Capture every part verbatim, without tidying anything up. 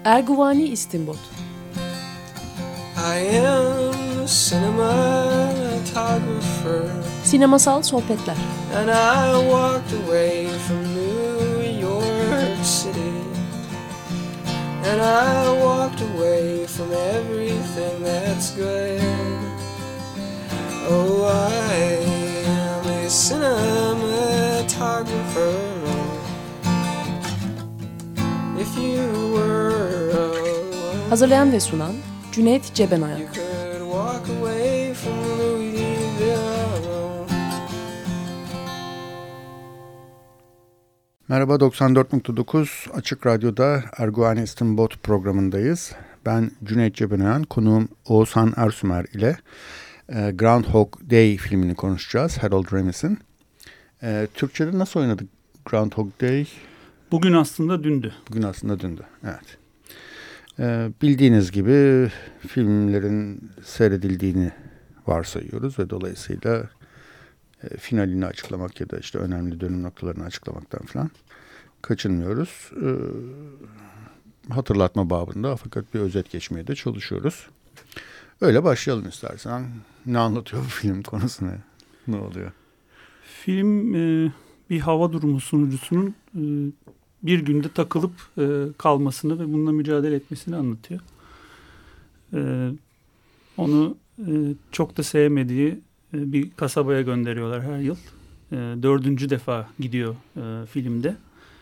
Erguvani İstinbot. I am a cinematographer. Sinemasal sohbetler. And I walked away from New York City. And I walked away from everything that's good. Oh, I am a cinematographer. If you were alone, hazırlayan ve sunan Cüneyt Cebenayak. you could walk away from Louisville alone. Merhaba, doksan dört nokta dokuz Açık Radyo'da Erguvani İstinbot programındayız. Ben Cüneyt Cebenayan, konuğum Oğuzhan Ersümer ile e, Groundhog Day filmini konuşacağız. Harold Ramis'in. E, Türkçe'de nasıl oynadık Groundhog Day? Bugün aslında dündü. Bugün aslında dündü, evet. E, bildiğiniz gibi filmlerin seyredildiğini varsayıyoruz ve dolayısıyla e, finalini açıklamak ya da işte önemli dönüm noktalarını açıklamaktan falan kaçınmıyoruz. E, hatırlatma babında fakat bir özet geçmeye de çalışıyoruz. Öyle başlayalım istersen. Ne anlatıyor bu film konusunu? Ne oluyor? Film e, bir hava durumu sunucusunun e, bir günde takılıp e, kalmasını ve bununla mücadele etmesini anlatıyor. E, onu e, çok da sevmediği e, bir kasabaya gönderiyorlar her yıl. E, dördüncü defa gidiyor e, filmde.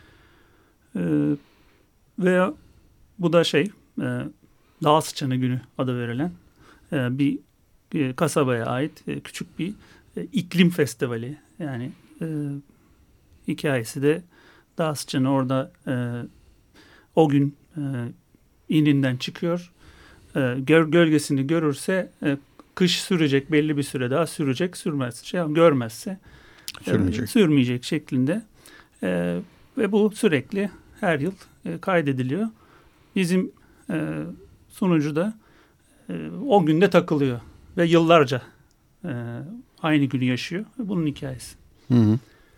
E, veya bu da şey e, Dağ Sıçanı Günü adı verilen e, bir e, kasabaya ait e, küçük bir e, iklim festivali. Yani e, hikayesi de Dağ Sıçanı orada e, o gün e, ininden çıkıyor. E, gör, gölgesini görürse e, kış sürecek, belli bir süre daha sürecek, sürmez. Şey, görmezse Sürmeyecek. E, sürmeyecek şeklinde. E, ve bu sürekli her yıl e, kaydediliyor. Bizim e, sunucu da e, o günde takılıyor ve yıllarca e, aynı günü yaşıyor. Bunun hikayesi. Hı hı.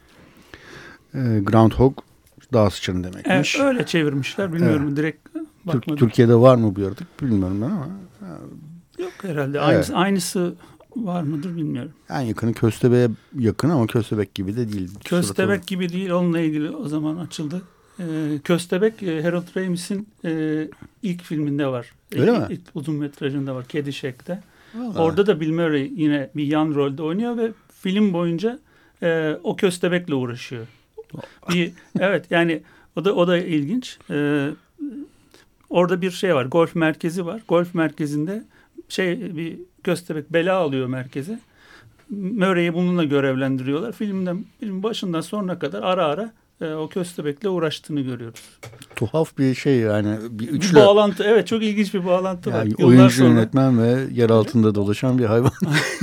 E, Groundhog Dağ Sıçanı demekmiş. Evet, öyle çevirmişler. Bilmiyorum, evet. Direkt bakmadım. Türk, Türkiye'de var mı bu yaratık bilmiyorum ben ama. Yok herhalde. Evet. Aynısı, aynısı var mıdır bilmiyorum. En yakını köstebeğe yakın ama köstebek gibi de değil. Köstebek Suratı... gibi değil. Onunla ilgili o zaman açıldı. Ee, Köstebek e, Harold Ramis'in e, ilk filminde var. Öyle ilk, mi? İlk uzun metrajında var. Caddyshack'te. Vallahi. Orada da Bill Murray yine bir yan rolde oynuyor ve film boyunca e, o köstebekle uğraşıyor. bir, evet yani o da o da ilginç. Ee, orada bir şey var. Golf merkezi var. Golf merkezinde şey bir köstebek bela alıyor merkeze. Murray'i bununla görevlendiriyorlar. Filmden film başından sonuna kadar ara ara e, o köstebekle uğraştığını görüyoruz. Tuhaf bir şey yani. Bir, üçlü... bir bağlantı. Evet, çok ilginç bir bağlantı yani var. Oyuncu, sonra... yönetmen ve yer altında evet. dolaşan bir hayvan.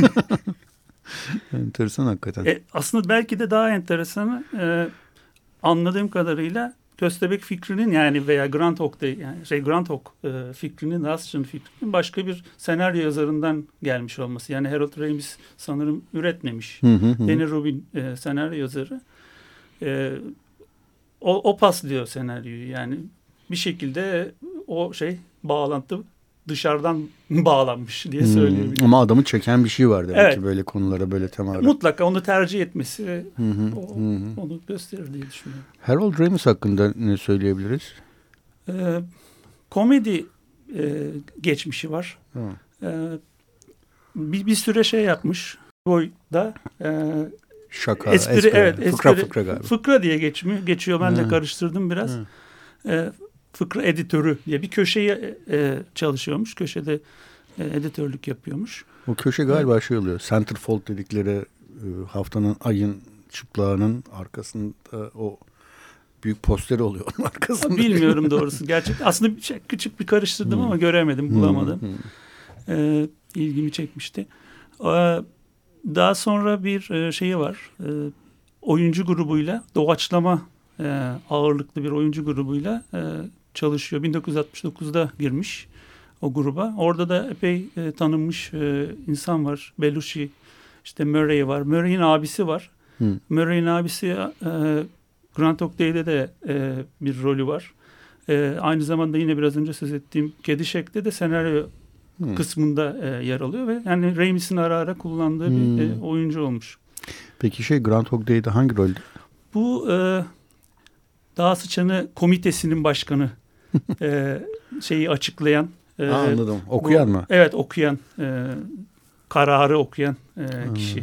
Enteresan hakikaten. E, aslında belki de daha enteresanı e, anladığım kadarıyla köstebek fikrinin yani veya Groundhog Day yani şey Groundhog e, fikrinin, Russian fikrinin başka bir senaryo yazarından gelmiş olması. Yani Harold Ramis sanırım üretmemiş. Hı hı hı. Danny Rubin e, senaryo yazarı. E, o, o paslıyor senaryoyu. Yani bir şekilde o şey bağlantı dışarıdan bağlanmış diye söyleyebilirim. Hmm, ama adamı çeken bir şey var demek evet. ki böyle konulara, böyle temalara. Mutlaka onu tercih etmesi ve hı hı, o, hı. onu gösterir diye düşünüyorum. Harold Ramis hakkında ne söyleyebiliriz? Ee, komedi e, geçmişi var. Ee, bir, bir süre şey yapmış. Boyda e, şaka, espri, espri, evet, fıkra espri, fıkra galiba. Fıkra diye geçmiyor. Geçiyor, ben hı. de karıştırdım biraz. Ee, fıkra editörü diye bir köşeye e, çalışıyormuş. Köşede e, editörlük yapıyormuş. O köşe galiba evet. şey oluyor. Centerfold dedikleri e, haftanın ayın çıplağının arkasında o büyük posteri oluyor onun arkasında. Bilmiyorum doğrusu. Gerçekten aslında bir şey, küçük bir karıştırdım hmm. ama göremedim, bulamadım. Hmm. Ee, ilgimi çekmişti. Ee, daha sonra bir e, şeyi var. E, oyuncu grubuyla doğaçlama e, ağırlıklı bir oyuncu grubuyla e, çalışıyor. bin dokuz yüz altmış dokuzda girmiş o gruba. Orada da epey e, tanınmış e, insan var. Belushi, işte Murray var. Murray'in abisi var. Hmm. Murray'in abisi e, Groundhog Day'de de e, bir rolü var. E, aynı zamanda yine biraz önce söz ettiğim Caddyshack'te de senaryo hmm. kısmında e, yer alıyor ve yani Ramis'in ara ara kullandığı hmm. bir e, oyuncu olmuş. Peki şey Groundhog Day'de hangi rolde? Bu e, Dağ Sıçanı Komitesi'nin başkanı e, şeyi açıklayan. E, ha, anladım. Okuyan bu, mı? Evet, okuyan. E, kararı okuyan e, kişi.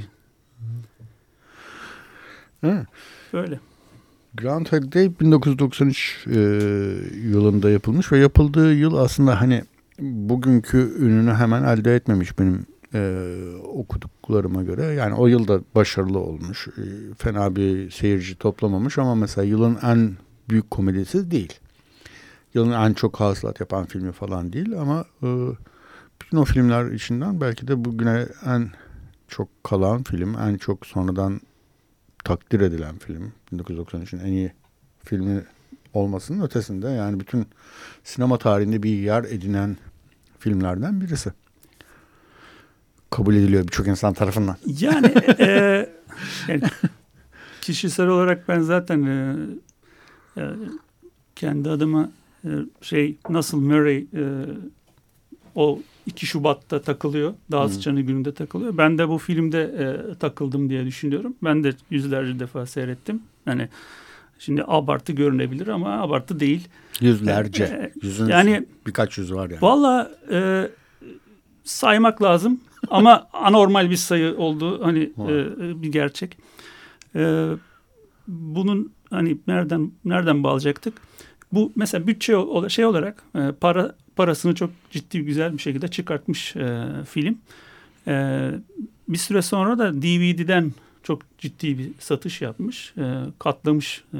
Hmm. Böyle. Groundhog Day bin dokuz yüz doksan üç e, yılında yapılmış ve yapıldığı yıl aslında hani bugünkü ününü hemen elde etmemiş benim e, okuduklarıma göre. Yani o yılda başarılı olmuş. E, fena bir seyirci toplamamış ama mesela yılın en büyük komedisi değil. Yılın en çok hasılat yapan filmi falan değil ama e, bütün o filmler içinden belki de bugüne en çok kalan film, en çok sonradan takdir edilen film. bin dokuz yüz doksan üçün en iyi filmi olmasının ötesinde yani bütün sinema tarihinde bir yer edinen filmlerden birisi. Kabul ediliyor birçok insan tarafından. Yani, e, yani kişisel olarak ben zaten e, e, kendi adıma e, şey nasıl Murray e, o iki Şubat'ta takılıyor. Dağ Sıçanı gününde takılıyor. Ben de bu filmde e, takıldım diye düşünüyorum. Ben de yüzlerce defa seyrettim. Yani şimdi abartı görünebilir ama abartı değil. Yüzlerce. E, Yüzün yani birkaç yüzü var yani. Valla e, saymak lazım ama anormal bir sayı olduğu hani e, bir gerçek. E, bunun hani nereden nereden bağlayacaktık? Bu mesela bütçe şey olarak e, para parasını çok ciddi güzel bir şekilde çıkartmış e, film. E, bir süre sonra da D V D'den çok ciddi bir satış yapmış. E, katlamış e,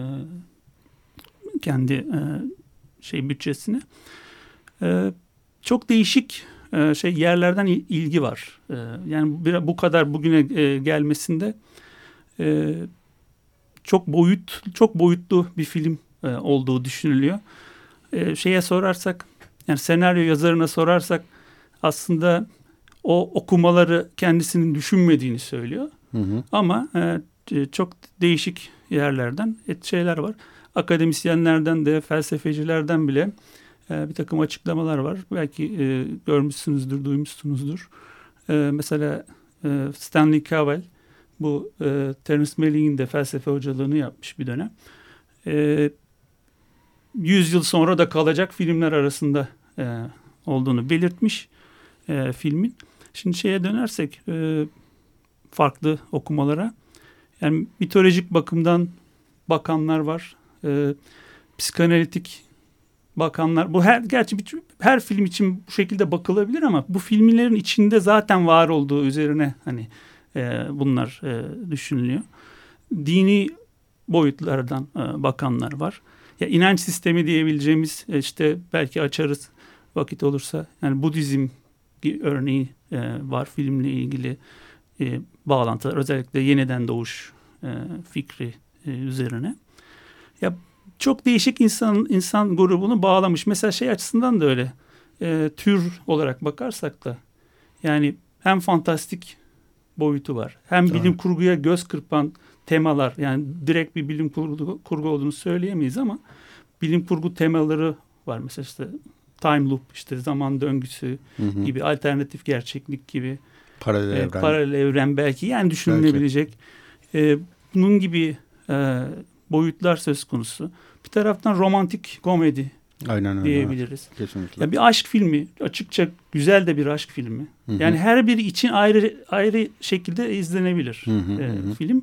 kendi e, şey bütçesini. E, çok değişik e, şey yerlerden ilgi var. E, yani bir, bu kadar bugüne e, gelmesinde e, çok boyut çok boyutlu bir film e, olduğu düşünülüyor. E, şeye sorarsak, yani senaryo yazarına sorarsak aslında o okumaları kendisinin düşünmediğini söylüyor. Hı hı. Ama e, çok değişik yerlerden et şeyler var. Akademisyenlerden de felsefecilerden bile e, bir takım açıklamalar var. Belki e, görmüşsünüzdür, duymuşsunuzdur. E, mesela e, Stanley Cavell bu e, Terence Malick'in de felsefe hocalığını yapmış bir dönem. E, yüz yıl sonra da kalacak filmler arasında e, olduğunu belirtmiş e, filmin. Şimdi şeye dönersek e, farklı okumalara. Yani mitolojik bakımdan bakanlar var. E, psikanalitik bakanlar. Bu her gerçi bir, her film için bu şekilde bakılabilir ama bu filmlerin içinde zaten var olduğu üzerine hani e, bunlar e, düşünülüyor. Dini boyutlardan e, bakanlar var. Ya inanç sistemi diyebileceğimiz işte belki açarız vakit olursa. Yani Budizm örneği e, var filmle ilgili e, bağlantılar. Özellikle yeniden doğuş e, fikri e, üzerine. Ya çok değişik insan insan grubunu bağlamış. Mesela şey açısından da öyle. E, tür olarak bakarsak da yani hem fantastik boyutu var. Hem bilim tamam. kurguya göz kırpan temalar, yani direkt bir bilim kurgu, kurgu olduğunu söyleyemeyiz ama bilim kurgu temaları var. Mesela işte time loop, işte zaman döngüsü hı hı. gibi, alternatif gerçeklik gibi, paralel e, evren, paralel evren belki yani düşünülebilecek. E, bunun gibi e, boyutlar söz konusu. Bir taraftan romantik komedi aynen öyle, diyebiliriz. Kesinlikle. Ya bir aşk filmi, açıkça güzel de bir aşk filmi. Hı hı. Yani her biri için ayrı ayrı şekilde izlenebilir hı hı, e, hı. film.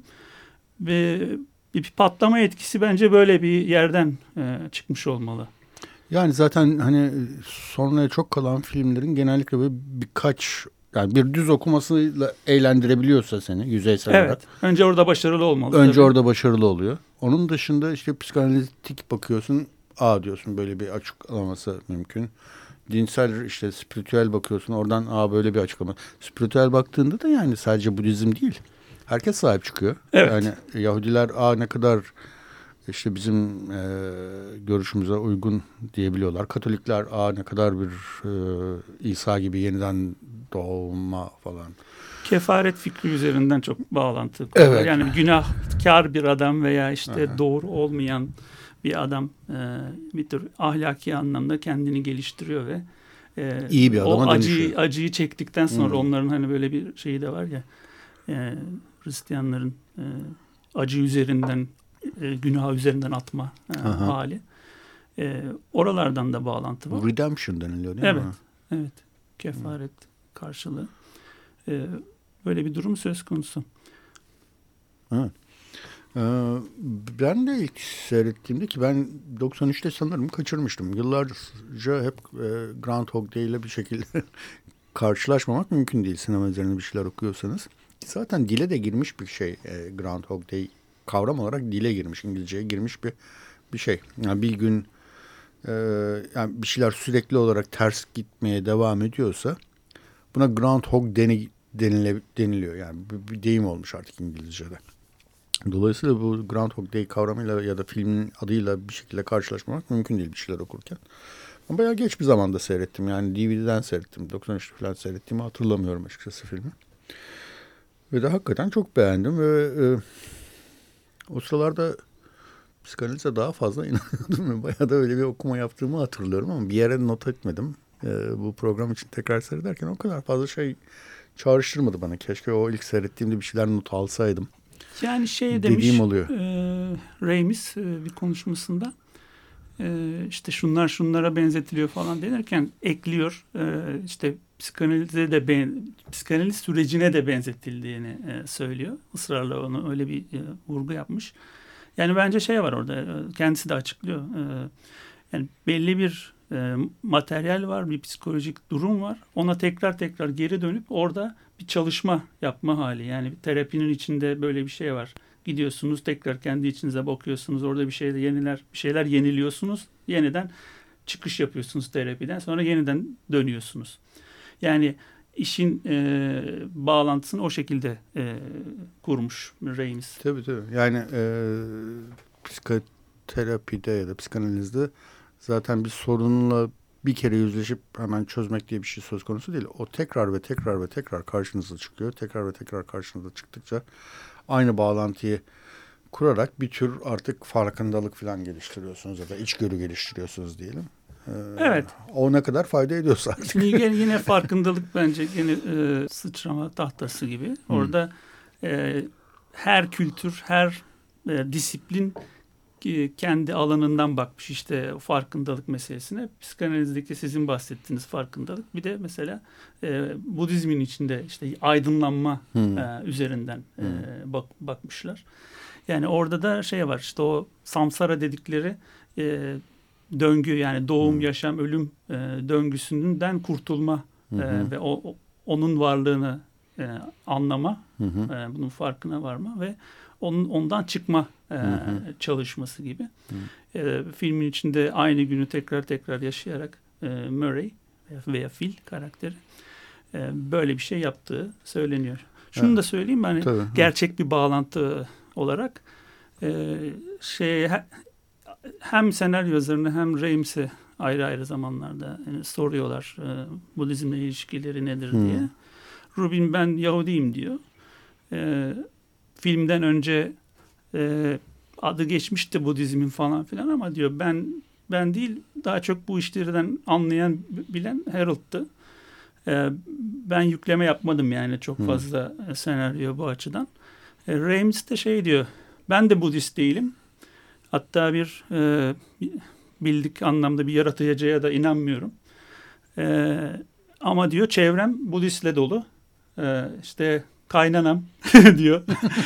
Ve bir patlama etkisi bence böyle bir yerden e, çıkmış olmalı. Yani zaten hani sonraya çok kalan filmlerin genellikle böyle birkaç, yani bir düz okumasıyla eğlendirebiliyorsa seni yüzeysel evet, olarak. Önce orada başarılı olmalı. Önce tabii. orada başarılı oluyor. Onun dışında işte psikanalitik bakıyorsun, aa diyorsun böyle bir açıklaması mümkün. Dinsel işte spiritüel bakıyorsun, oradan aa böyle bir açıklama. Spiritüel baktığında da yani sadece Budizm değil. Herkes sahip çıkıyor. Evet. Yani Yahudiler aa ne kadar işte bizim e, görüşümüze uygun diyebiliyorlar. Katolikler aa ne kadar bir e, İsa gibi yeniden doğma falan. Kefaret fikri üzerinden çok bağlantı kuruyor. Evet. Yani günahkar bir adam veya işte aha. doğru olmayan bir adam e, bir tür ahlaki anlamda kendini geliştiriyor ve e, İyi bir adama o acıyı, dönüşüyor. acıyı çektikten sonra Hmm. onların hani böyle bir şeyi de var ya e, Hristiyanların e, acı üzerinden e, günah üzerinden atma e, hali. E, oralardan da bağlantı var. Redemption deniliyor değil evet, mi? Evet. Kefaret hmm. karşılığı. E, böyle bir durum söz konusu. Evet. Ee, ben de ilk seyrettiğimde ki ben doksan üçte sanırım kaçırmıştım. Yıllarca hep e, Groundhog Day ile bir şekilde karşılaşmamak mümkün değil sinema üzerine bir şeyler okuyorsanız. Zaten dile de girmiş bir şey e, Groundhog Day kavram olarak dile girmiş, İngilizceye girmiş bir bir şey. Yani bir gün e, yani bir şeyler sürekli olarak ters gitmeye devam ediyorsa buna Groundhog deni, denile, deniliyor. Yani bir, bir deyim olmuş artık İngilizce'de. Dolayısıyla bu Groundhog Day kavramıyla ya da filmin adıyla bir şekilde karşılaşmamak mümkün değil bir şeyler okurken. Ama bayağı geç bir zamanda seyrettim. Yani D V D'den seyrettim. doksan üçte falan seyrettiğimi hatırlamıyorum açıkçası filmi. Ve de hakikaten çok beğendim ve e, o sıralarda psikanalize daha fazla inanıyordum. Bayağı da öyle bir okuma yaptığımı hatırlıyorum ama bir yere not etmedim. E, bu program için tekrar seyrederken o kadar fazla şey çağrıştırmadı bana. Keşke o ilk seyrettiğimde bir şeyler not alsaydım. Yani şey demiş dediğim oluyor. E, Ramis e, bir konuşmasında e, işte şunlar şunlara benzetiliyor falan denirken ekliyor e, işte psikanalize de ben, psikanaliz sürecine de benzetildiğini e, söylüyor. Israrla onu öyle bir e, vurgu yapmış. Yani bence şey var orada e, kendisi de açıklıyor. E, yani belli bir e, materyal var, bir psikolojik durum var. Ona tekrar tekrar geri dönüp orada bir çalışma yapma hali. Yani bir terapinin içinde böyle bir şey var. Gidiyorsunuz tekrar kendi içinize bakıyorsunuz. Orada bir şeyler yeniler, bir şeyler yeniliyorsunuz. Yeniden çıkış yapıyorsunuz terapiden. Sonra yeniden dönüyorsunuz. Yani işin e, bağlantısını o şekilde e, kurmuş Ramis. Tabii tabii. Yani e, psikoterapide ya da psikanalizde zaten bir sorunla bir kere yüzleşip hemen çözmek diye bir şey söz konusu değil. O tekrar ve tekrar ve tekrar karşınıza çıkıyor. Tekrar ve tekrar karşınıza çıktıkça aynı bağlantıyı kurarak bir tür artık farkındalık falan geliştiriyorsunuz ya da içgörü geliştiriyorsunuz diyelim. Ee, evet. O ne kadar fayda ediyorsa artık. Yine, yine farkındalık bence yine e, sıçrama tahtası gibi. Hmm. Orada e, her kültür, her e, disiplin e, kendi alanından bakmış işte farkındalık meselesine. Psikanalizdeki sizin bahsettiğiniz farkındalık. Bir de mesela e, Budizmin içinde işte aydınlanma hmm. e, üzerinden e, hmm. bak, bakmışlar. Yani orada da şey var işte o samsara dedikleri e, döngü yani doğum, hmm. yaşam, ölüm e, döngüsünden kurtulma e, ve o, o onun varlığını e, anlama, e, bunun farkına varma ve onun ondan çıkma e, çalışması gibi. E, filmin içinde aynı günü tekrar tekrar yaşayarak e, Murray veya Phil karakteri e, böyle bir şey yaptığı söyleniyor. Şunu evet. da söyleyeyim ben hani gerçek bir bağlantı olarak e, şey hem senaryo yazarını hem Rams'e ayrı ayrı zamanlarda yani soruyorlar e, Budizmle ilişkileri nedir hmm. diye. Rubin ben Yahudiyim diyor. E, filmden önce e, adı geçmişti Budizmin falan filan ama diyor ben ben değil daha çok bu işlerden anlayan bilen Harold'tı. E, ben yükleme yapmadım yani çok hmm. fazla senaryo bu açıdan. E, Ramis de şey diyor ben de Budist değilim. Hatta bir e, bildik anlamda bir yaratıcıya da inanmıyorum. E, ama diyor çevrem Budistle dolu. E, işte kaynanam diyor.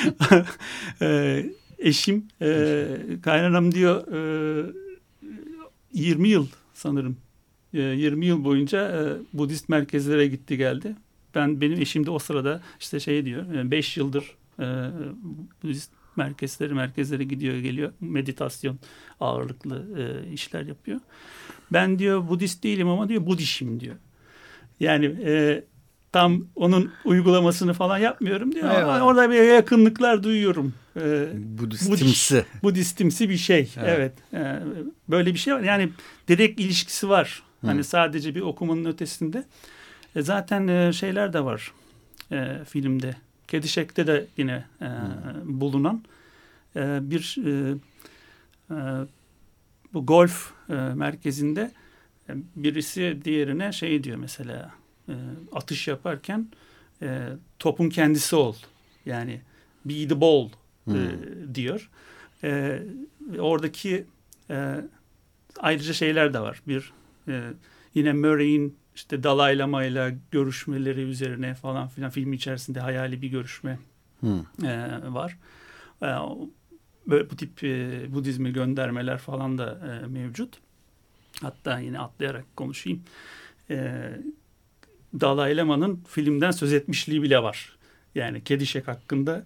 e, eşim e, kaynanam diyor e, yirmi yıl sanırım. E, yirmi yıl boyunca e, Budist merkezlere gitti geldi. Ben benim eşim de o sırada işte şey diyor beş yıldır e, Budist merkezleri merkezlere gidiyor geliyor meditasyon ağırlıklı e, işler yapıyor. Ben diyor Budist değilim ama diyor Budişim diyor. Yani e, tam onun uygulamasını falan yapmıyorum diyor. Ama orada bir yakınlıklar duyuyorum. E, Budistimsi. Budiş, Budistimsi bir şey. Evet. evet. E, böyle bir şey var. Yani direkt ilişkisi var. Hı. Hani sadece bir okumanın ötesinde. E, zaten e, şeyler de var e, filmde. Kedişek'te de yine e, hmm. bulunan e, bir e, e, bu golf e, merkezinde e, birisi diğerine şey diyor mesela e, atış yaparken e, topun kendisi ol. Yani be the ball hmm. e, diyor. E, oradaki e, ayrıca şeyler de var. Bir e, yine Murray'in işte Dalai Lama ile görüşmeleri üzerine falan filan film içerisinde hayali bir görüşme hmm. e, var. E, böyle bu tip e, Budizme göndermeler falan da e, mevcut. Hatta yine atlayarak konuşayım. E, Dalai Lama'nın filmden söz etmişliği bile var. Yani Kedişek hakkında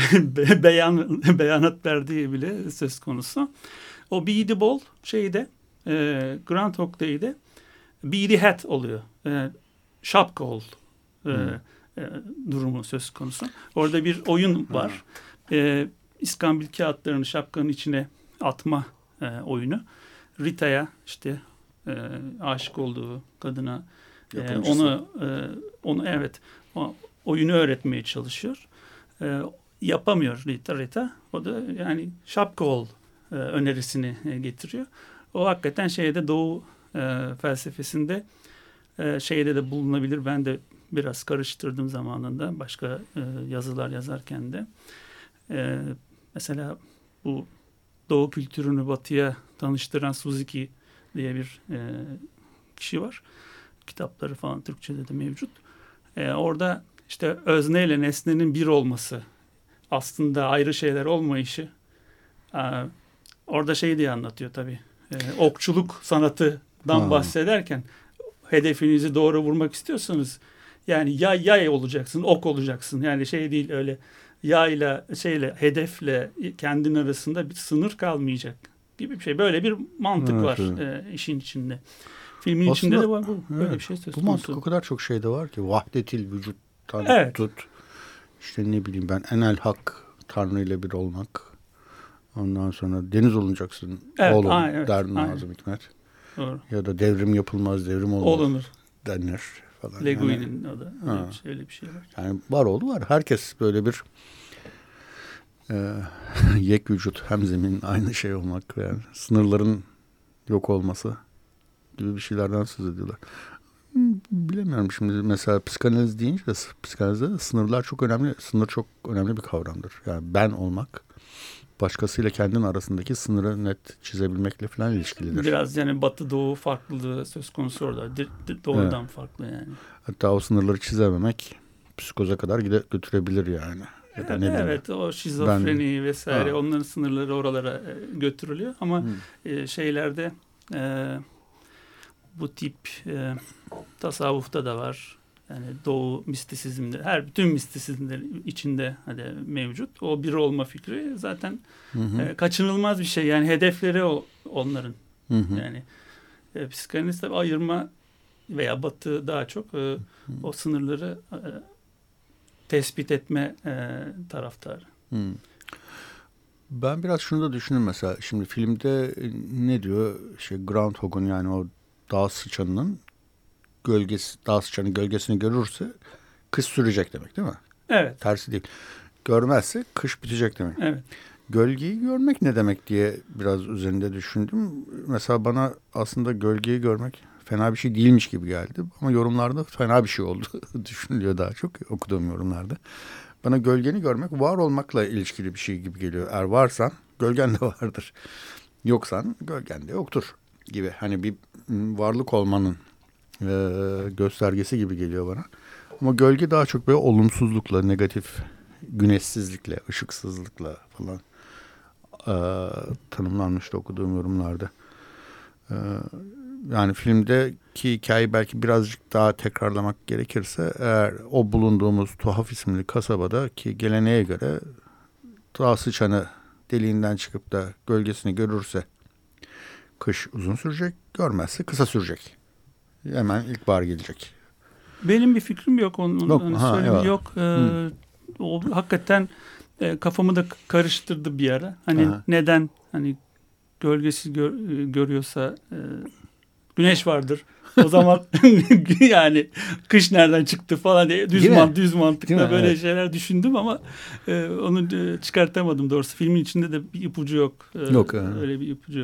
beyan, beyanat verdiği bile söz konusu. O Be the Ball şeyde e, Groundhog Day'de Be the Hat oluyor. E, şapka ol e, hmm. e, durumu söz konusu. Orada bir oyun var. E, İskambil kağıtlarını şapkanın içine atma e, oyunu. Rita'ya işte e, aşık olduğu kadına e, onu e, onu evet o, oyunu öğretmeye çalışıyor. E, yapamıyor Rita Rita. O da yani şapka ol e, önerisini e, getiriyor. O hakikaten şeyde Doğu e, felsefesinde e, şeyde de bulunabilir. Ben de biraz karıştırdım zamanında başka e, yazılar yazarken de. E, mesela bu Doğu kültürünü Batı'ya tanıştıran Suzuki diye bir e, kişi var. Kitapları falan Türkçe'de de mevcut. E, orada işte özneyle nesnenin bir olması, aslında ayrı şeyler olmayışı. E, orada şey diye anlatıyor tabii. E, okçuluk sanatından hmm. bahsederken hedefinizi doğru vurmak istiyorsanız yani yay yay olacaksın, ok olacaksın. Yani şey değil öyle yayla şeyle hedefle kendin arasında bir sınır kalmayacak gibi bir şey. Böyle bir mantık evet, var evet. E, işin içinde. Filmin aslında, içinde de var bu, böyle evet, bir şey söz konusu. Bu mantık o kadar çok şeyde var ki vahdetil vücuttan evet. tut. İşte ne bileyim ben enel hak Tanrı ile bir olmak. Ondan sonra deniz olunacaksın evet, oğlum aynen, evet, der Nazım Hikmet. Doğru. Ya da devrim yapılmaz devrim olmaz olunur denir falan. Le Guin'in yani, o da öyle bir, şey, öyle bir şey var. Yani var oğlu var. Herkes böyle bir e, yek vücut hem zemin aynı şey olmak yani sınırların yok olması gibi bir şeylerden söz ediyorlar. Bilemiyorum şimdi mesela psikanaliz deyince de psikanalizde de sınırlar çok önemli. Sınır çok önemli bir kavramdır. Yani ben olmak başkasıyla kendin arasındaki sınırı net çizebilmekle falan ilişkilidir. Biraz yani batı doğu farklılığı söz konusu orada. Doğrudan evet. farklı yani. Hatta o sınırları çizememek psikoza kadar gide götürebilir yani. Ya da ne evet bileyim. O şizofreni ben, vesaire ha. onların sınırları oralara götürülüyor. Ama hmm. şeylerde e, bu tip e, tasavvufta da var. Yani doğu mistisizmde, her bütün mistisizmlerin içinde hani mevcut. O bir olma fikri zaten hı hı. E, kaçınılmaz bir şey. Yani hedefleri o onların. Hı hı. Yani e, psikanaliz tabii ayırma veya batı daha çok e, o sınırları e, tespit etme e, taraftarı. Hı. Ben biraz şunu da düşündüm mesela. Şimdi filmde ne diyor? Şey Groundhog'un yani o dağ sıçanının gölgesi, dağ sıçanı gölgesini görürse kış sürecek demek değil mi? Evet. Tersi değil. Görmezse kış bitecek demek. Evet. Gölgeyi görmek ne demek diye biraz üzerinde düşündüm. Mesela bana aslında gölgeyi görmek fena bir şey değilmiş gibi geldi. Ama yorumlarda fena bir şey oldu. Düşünülüyor daha çok okuduğum yorumlarda. Bana gölgeni görmek var olmakla ilişkili bir şey gibi geliyor. Eğer varsan gölgen de vardır. Yoksan gölgen de yoktur gibi. Hani bir varlık olmanın e, göstergesi gibi geliyor bana. Ama gölge daha çok böyle olumsuzlukla, negatif, güneşsizlikle, ışıksızlıkla falan e, tanımlanmıştı okuduğum yorumlarda. E, yani filmdeki hikayeyi belki birazcık daha tekrarlamak gerekirse eğer o bulunduğumuz Tuhaf isimli kasabada ki geleneğe göre dağ sıçanı deliğinden çıkıp da gölgesini görürse kış uzun sürecek, görmezse kısa sürecek. Hemen ilkbahar gelecek. Benim bir fikrim yok onun. Yok. Hani Ha, söylemi yok. Ee, o hakikaten e, kafamı da karıştırdı bir ara. Hani Aha. neden hani gölgesi gör, görüyorsa e, güneş vardır. O zaman yani kış nereden çıktı falan diye düz, mant, düz mantıkla böyle evet. şeyler düşündüm ama e, onu e, çıkartamadım doğrusu. Filmin içinde de bir ipucu yok. E, yok. Öyle bir ipucu yok.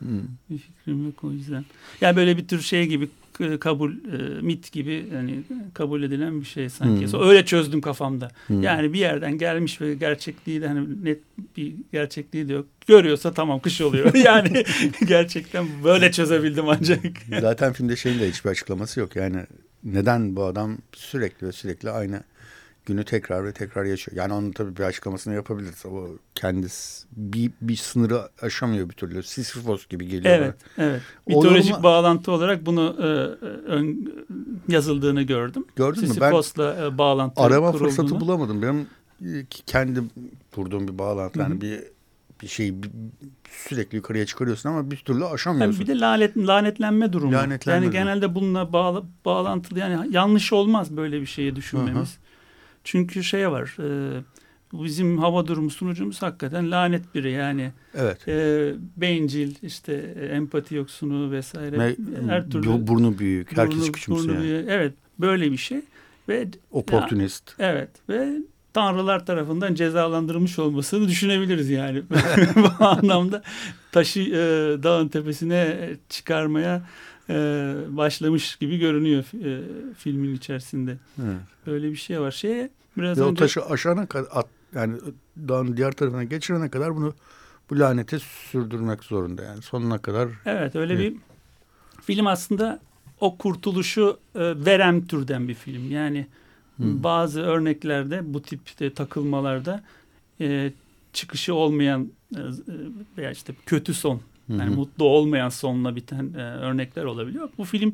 Hmm. Bir fikrim yok o yüzden. Yani böyle bir tür şey gibi kabul, e, mit gibi yani kabul edilen bir şey sanki. Hmm. Öyle çözdüm kafamda. Hmm. Yani bir yerden gelmiş ve gerçekliği de hani net bir gerçekliği de yok. Görüyorsa tamam kış oluyor. Yani gerçekten böyle çözebildim ancak. Zaten filmde şeyin de hiçbir açıklaması yok. Yani neden bu adam sürekli ve sürekli aynı günü tekrar ve tekrar yaşıyor. Yani onun tabii bir açıklamasını yapabiliriz. O kendisi bir, bir sınırı aşamıyor bir türlü. Sisyphos gibi geliyor. Evet, bana. evet. O Mitolojik yoruma- bağlantı olarak bunu e, ön, yazıldığını gördüm. Gördün mü? Ben Sisyphos'la e, bağlantı arama kurulduğunu. fırsatı bulamadım. Benim e, kendim kurduğum bir bağlantı. Hı hı. Yani bir bir şeyi bir- sürekli yukarıya çıkarıyorsun ama bir türlü Yani aşamıyorsun. bir de lanet, lanetlenme durumu. Lanetlenme yani durumu. genelde bununla bağlı, bağlantılı yani yanlış olmaz böyle bir şeyi düşünmemiz. Hı hı. Çünkü şey var. E, bizim hava durumu sunucumuz hakikaten lanet biri yani. Evet. E, bencil, işte e, empati yoksunu vesaire. Ve her türlü bu- burnu büyük. Herkes burnu- küçümsüyor. burnu büyüyor. Evet, böyle bir şey ve Oportunist. evet ve tanrılar tarafından cezalandırılmış olmasını düşünebiliriz yani. Bu anlamda taşı e, dağın tepesine çıkarmaya e, başlamış gibi görünüyor e, filmin içerisinde. Evet. Böyle bir şey var. Şey biraz Ve o önce taşı aşana kadar at, yani dağın diğer tarafına geçirene kadar bunu bu laneti sürdürmek zorunda yani sonuna kadar. evet öyle Evet. bir film aslında o kurtuluşu e, veren türden bir film. Yani Hmm. bazı örneklerde bu tip takılmalarda e, çıkışı olmayan e, veya işte kötü son, yani Hı hı. mutlu olmayan sonla biten e, örnekler olabiliyor. Bu film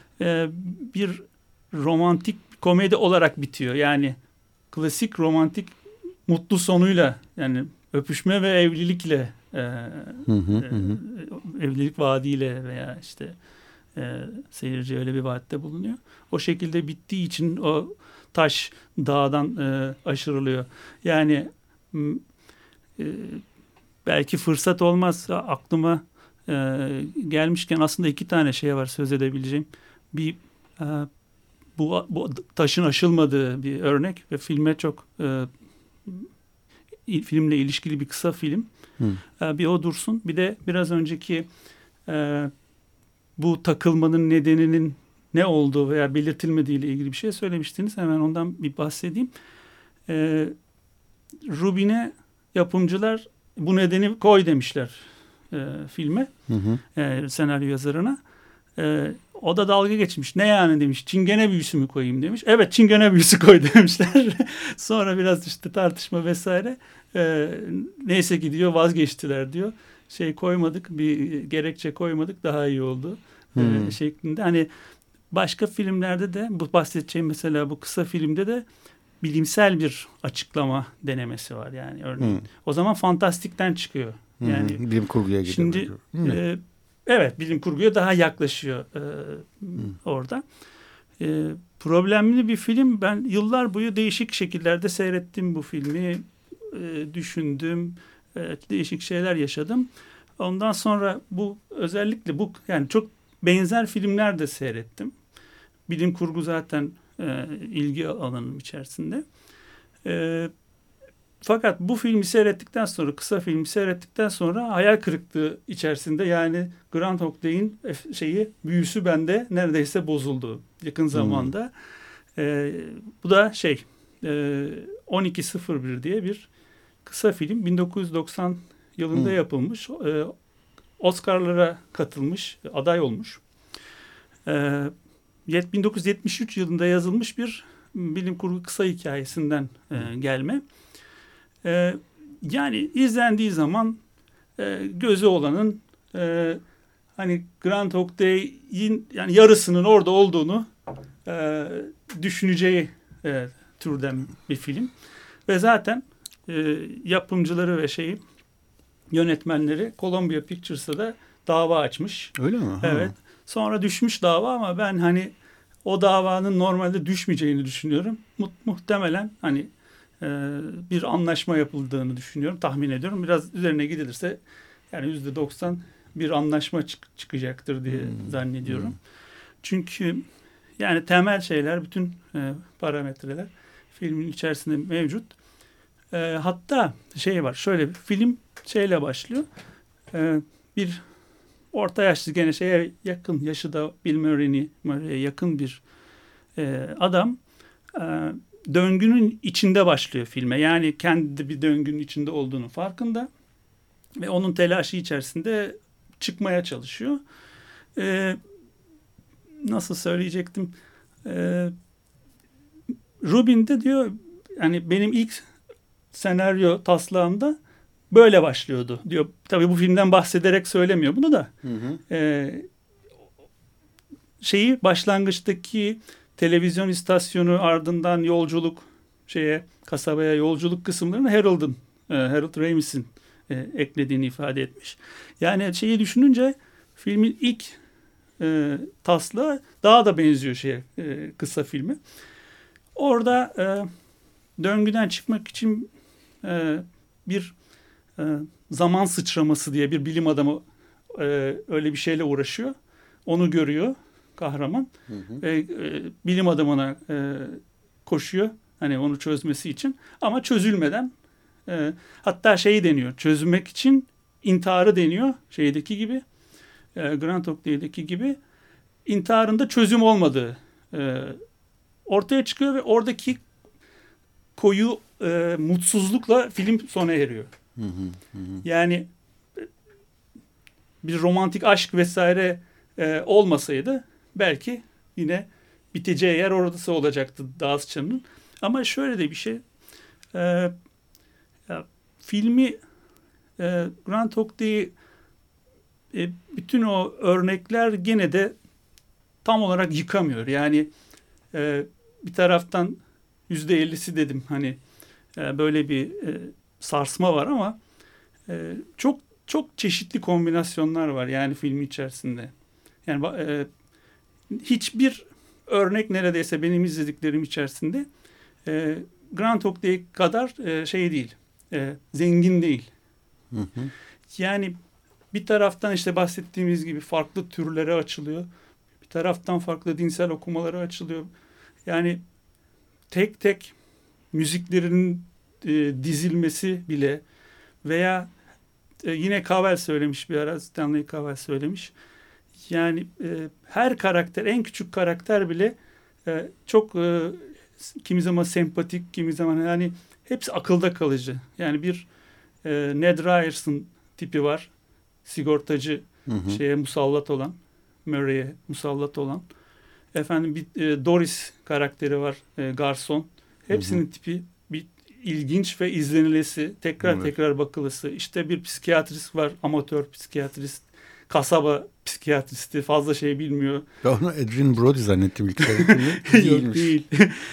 e, bir romantik komedi olarak bitiyor. Yani klasik romantik mutlu sonuyla yani öpüşme ve evlilikle e, Hı hı, e, hı hı. evlilik vaadiyle veya işte e, seyirci öyle bir vaatte bulunuyor. O şekilde bittiği için o taş dağdan e, aşırılıyor. Yani m, e, belki fırsat olmazsa aklıma e, gelmişken aslında iki tane şey var söz edebileceğim. Bir e, bu, bu taşın aşılmadığı bir örnek ve filme çok e, filmle ilişkili bir kısa film. Hı. E, bir o dursun. Bir de biraz önceki e, bu takılmanın nedeninin ne olduğu veya belirtilmediği ile ilgili bir şey söylemiştiniz. Hemen ondan bir bahsedeyim. E, Rubin'e yapımcılar bu nedeni koy demişler e, filme, Hı hı. e, senaryo yazarına. E, o da dalga geçmiş. Ne yani demiş, çingene büyüsü mü koyayım demiş. Evet, çingene büyüsü koy demişler. Sonra biraz işte tartışma vesaire. E, neyse ki diyor vazgeçtiler diyor. Şey koymadık, bir gerekçe koymadık, daha iyi oldu. Hmm. E, şeklinde. Hani başka filmlerde de bu bahsedeceğim mesela bu kısa filmde de bilimsel bir açıklama denemesi var yani örneğin. Hmm. O zaman fantastikten çıkıyor. Hı Yani hı. Bilim kurguya gidiyor. şimdi Hı. e, evet bilim kurguya daha yaklaşıyor e, orada. E, problemli bir film. Ben yıllar boyu değişik şekillerde seyrettim bu filmi. E, düşündüm. E, değişik şeyler yaşadım. Ondan sonra bu özellikle bu yani çok benzer filmler de seyrettim. Bilim kurgu zaten e, ilgi alanım içerisinde. E, fakat bu filmi seyrettikten sonra, kısa filmi seyrettikten sonra hayal kırıklığı içerisinde yani Groundhog Day'in şeyi, büyüsü bende neredeyse bozuldu yakın zamanda. Hmm. E, bu da şey e, on iki sıfır bir diye bir kısa film. bin dokuz yüz doksan yılında hmm. yapılmış. E, Oscar'lara katılmış, aday olmuş. E, bin dokuz yüz yetmiş üç yılında yazılmış bir bilim kurgu kısa hikayesinden e, gelme. E, yani izlendiği zaman e, gözü olanın e, hani Groundhog Day'in yani yarısının orada olduğunu e, düşüneceği e, türden bir film. Ve zaten e, yapımcıları ve şeyi yönetmenleri Columbia Pictures'a da dava açmış. Öyle mi? Evet. Sonra düşmüş dava ama ben hani o davanın normalde düşmeyeceğini düşünüyorum. Mu- muhtemelen hani e, bir anlaşma yapıldığını düşünüyorum. Tahmin ediyorum. Biraz üzerine gidilirse yani yüzde doksan bir anlaşma çık- çıkacaktır diye hmm. zannediyorum. Hmm. Çünkü yani temel şeyler, bütün e, parametreler filmin içerisinde mevcut. E, hatta şey var, şöyle bir film şeyle başlıyor. E, bir orta yaşlı gene şeye yakın, yaşı da Bill Murray'e Murray'e yakın bir e, adam. E, döngünün içinde başlıyor filme. Yani kendi bir döngünün içinde olduğunu farkında ve onun telaşı içerisinde çıkmaya çalışıyor. E, nasıl söyleyecektim? E, Rubin de diyor, yani benim ilk senaryo taslağımda böyle başlıyordu diyor. Tabii bu filmden bahsederek söylemiyor bunu da. Hı hı. E, şeyi başlangıçtaki televizyon istasyonu, ardından yolculuk şeye, kasabaya yolculuk kısımlarını Harold'un, e, Harold Ramis'in e, eklediğini ifade etmiş. Yani şeyi düşününce filmin ilk e, taslağı daha da benziyor şeye, e, kısa filmi. Orada e, döngüden çıkmak için e, bir e, zaman sıçraması diye bir bilim adamı e, öyle bir şeyle uğraşıyor. Onu görüyor kahraman. Hı hı. Ve e, bilim adamına e, koşuyor. Hani onu çözmesi için. Ama çözülmeden e, hatta şeyi deniyor. Çözmek için intiharı deniyor. Şeydeki gibi. E, Groundhog Day'deki gibi. İntiharında çözüm olmadığı e, ortaya çıkıyor ve oradaki koyu e, mutsuzlukla film sona eriyor. Hı hı hı. Yani bir romantik aşk vesaire e, olmasaydı belki yine biteceği yer orası olacaktı Dağızcan'ın. Ama şöyle de bir şey. E, ya, filmi e, Groundhog Day'i e, bütün o örnekler gene de tam olarak yıkamıyor. Yani e, bir taraftan yüzde ellisi dedim hani e, böyle bir e, sarsma var ama e, çok çok çeşitli kombinasyonlar var yani film içerisinde. Yani e, hiçbir örnek neredeyse benim izlediklerim içerisinde e, Groundhog Day kadar e, şey değil, e, zengin değil. Hı hı. Yani bir taraftan işte bahsettiğimiz gibi farklı türlere açılıyor. Bir taraftan farklı dinsel okumalara açılıyor. Yani tek tek müziklerinin e, dizilmesi bile veya e, yine Cavell söylemiş bir ara, Stanley Cavell söylemiş. Yani e, her karakter, en küçük karakter bile e, çok e, kimi zaman sempatik, kimi zaman yani hepsi akılda kalıcı. Yani bir e, Ned Ryerson tipi var. Sigortacı, hı hı. şeye musallat olan, Murray'e musallat olan. Efendim bir e, Doris karakteri var, e, garson. Hepsinin hı hı. tipi bir ilginç ve izlenilesi, tekrar evet. tekrar bakılısı. İşte bir psikiyatrist var, amatör psikiyatrist, kasaba psikiyatristi, fazla şey bilmiyor. Ben onu Adrian Brody zannettim ilk kere. Yok değil.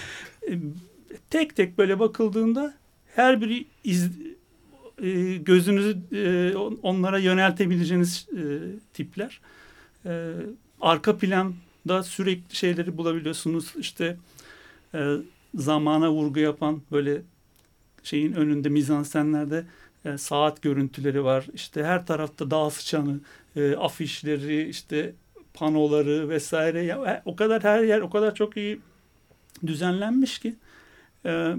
Tek tek böyle bakıldığında her biri iz, e, gözünüzü e, onlara yöneltebileceğiniz e, tipler. E, arka planda sürekli şeyleri bulabiliyorsunuz. İşte e, zamana vurgu yapan böyle şeyin önünde mizansenlerde e, saat görüntüleri var. İşte her tarafta dağ sıçanı, e, afişleri, işte panoları vesaire. Ya, o kadar her yer o kadar çok iyi düzenlenmiş ki e,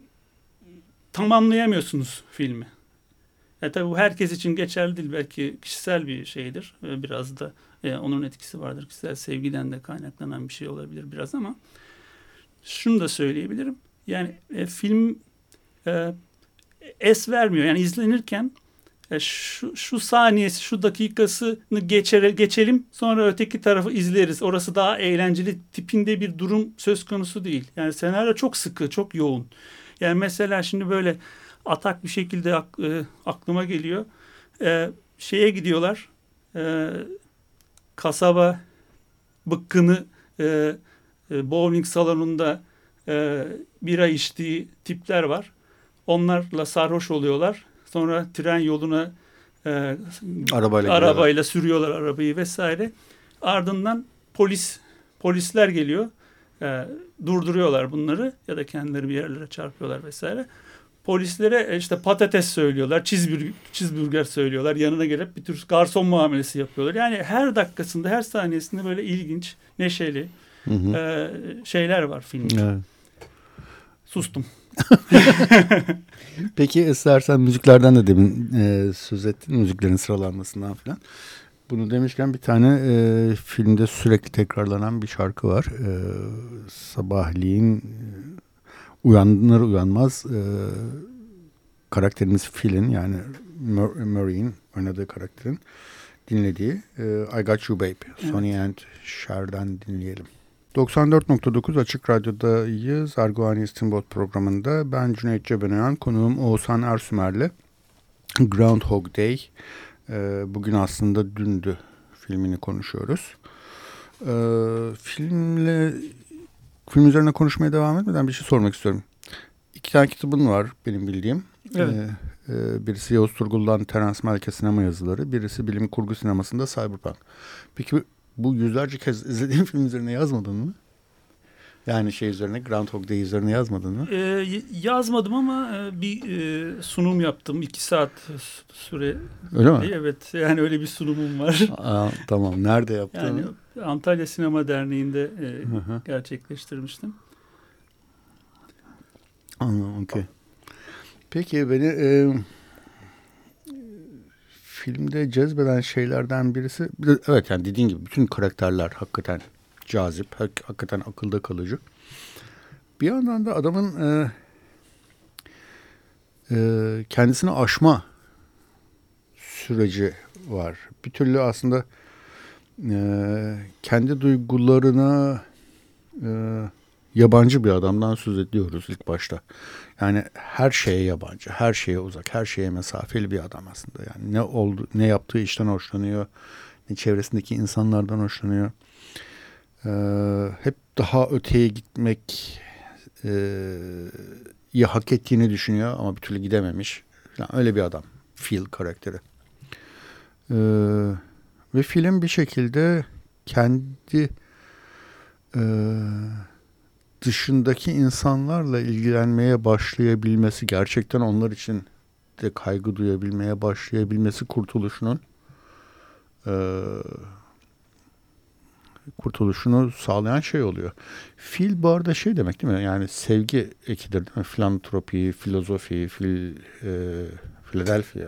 tamamlayamıyorsunuz filmi. E, tabii bu herkes için geçerli değil. Belki kişisel bir şeydir. E, biraz da e, onun etkisi vardır. Kişisel sevgiden de kaynaklanan bir şey olabilir biraz ama şunu da söyleyebilirim. Yani e, film e, es vermiyor. Yani izlenirken e, şu, şu saniyesi, şu dakikasını geçer, geçelim sonra öteki tarafı izleriz. Orası daha eğlenceli tipinde bir durum söz konusu değil. Yani senaryo çok sıkı, çok yoğun. Yani mesela şimdi böyle atak bir şekilde ak, e, aklıma geliyor. E, şeye gidiyorlar. E, kasaba bıkkını e, e, bowling salonunda e, bira içtiği tipler var. Onlarla sarhoş oluyorlar. Sonra tren yoluna e, arabayla, arabayla sürüyorlar arabayı vesaire. Ardından polis polisler geliyor. E, durduruyorlar bunları ya da kendileri bir yerlere çarpıyorlar vesaire. Polislere işte patates söylüyorlar, cheeseburger, cheeseburger söylüyorlar. Yanına gelip bir tür garson muamelesi yapıyorlar. Yani her dakikasında, her saniyesinde böyle ilginç, neşeli hı hı. E, şeyler var filmde. Evet. Sustum. Peki istersen müziklerden de demin e, söz ettin, müziklerin sıralanmasından falan. Bunu demişken bir tane e, filmde sürekli tekrarlanan bir şarkı var. E, sabahleyin e, uyanır uyanmaz e, karakterimiz Phil'in, yani Mur- Murray'in oynadığı karakterin dinlediği e, I Got You Babe. Evet. Sonny and Cher'den dinleyelim. doksan dört nokta dokuz Açık Radyo'dayız. Arguani İstinbot programında ben Cüneyt Cebenayan, konuğum Oğuzhan Ersümer'le Groundhog Day, e, bugün aslında dündü filmini konuşuyoruz. E, filmle film üzerine konuşmaya devam etmeden bir şey sormak istiyorum. İki tane kitabın var benim bildiğim. Evet. E, e, birisi Yavuz Turgul'dan Terence Malick'e sinema yazıları, birisi bilim kurgu sinemasında Cyberpunk. Peki bu yüzlerce kez izlediğin film üzerine yazmadın mı? Yani şey üzerine, Groundhog Day üzerine yazmadın mı? Ee, yazmadım ama bir e, sunum yaptım. iki saat süre. Öyle mi? Evet. Yani öyle bir sunumum var. Aa, tamam. Nerede yaptın? Yani Antalya Sinema Derneği'nde e, gerçekleştirmiştim. Anladım. Okey. Peki beni e, filmde cezbeden şeylerden birisi, evet yani dediğin gibi bütün karakterler hakikaten cazip, hakikaten akılda kalıcı. Bir yandan da adamın e, e, kendisini aşma süreci var. Bir türlü aslında e, kendi duygularına e, yabancı bir adamdan söz ediyoruz ilk başta. Yani her şeye yabancı, her şeye uzak, her şeye mesafeli bir adam aslında. Yani ne oldu, ne yaptığı işten hoşlanıyor, ne çevresindeki insanlardan hoşlanıyor. Ee, hep daha öteye gitmek e, iyi hak ettiğini düşünüyor ama bir türlü gidememiş. Yani öyle bir adam, Phil karakteri. Ee, ve film bir şekilde kendi e, dışındaki insanlarla ilgilenmeye başlayabilmesi, gerçekten onlar için de kaygı duyabilmeye başlayabilmesi kurtuluşunun e, kurtuluşunu sağlayan şey oluyor. Fil bu arada şey demek değil mi? Yani sevgi ekidir değil mi? Filantropi, filozofi, fil, e, Philadelphia.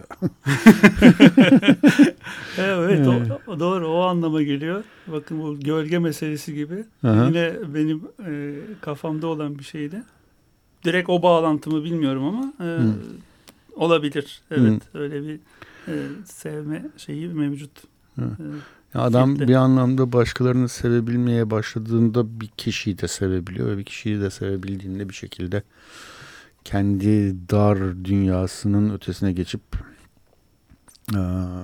Evet, o, o doğru, o anlama geliyor. Bakın bu gölge meselesi gibi. Aha. Yine benim e, kafamda olan bir şeydi. Direkt o bağlantımı bilmiyorum ama e, hmm. olabilir. Evet, hmm. öyle bir e, sevme şeyi mevcut. E, adam filmde bir anlamda başkalarını sevebilmeye başladığında bir kişiyi de sevebiliyor ve bir kişiyi de sevebildiğinde bir şekilde kendi dar dünyasının ötesine geçip e,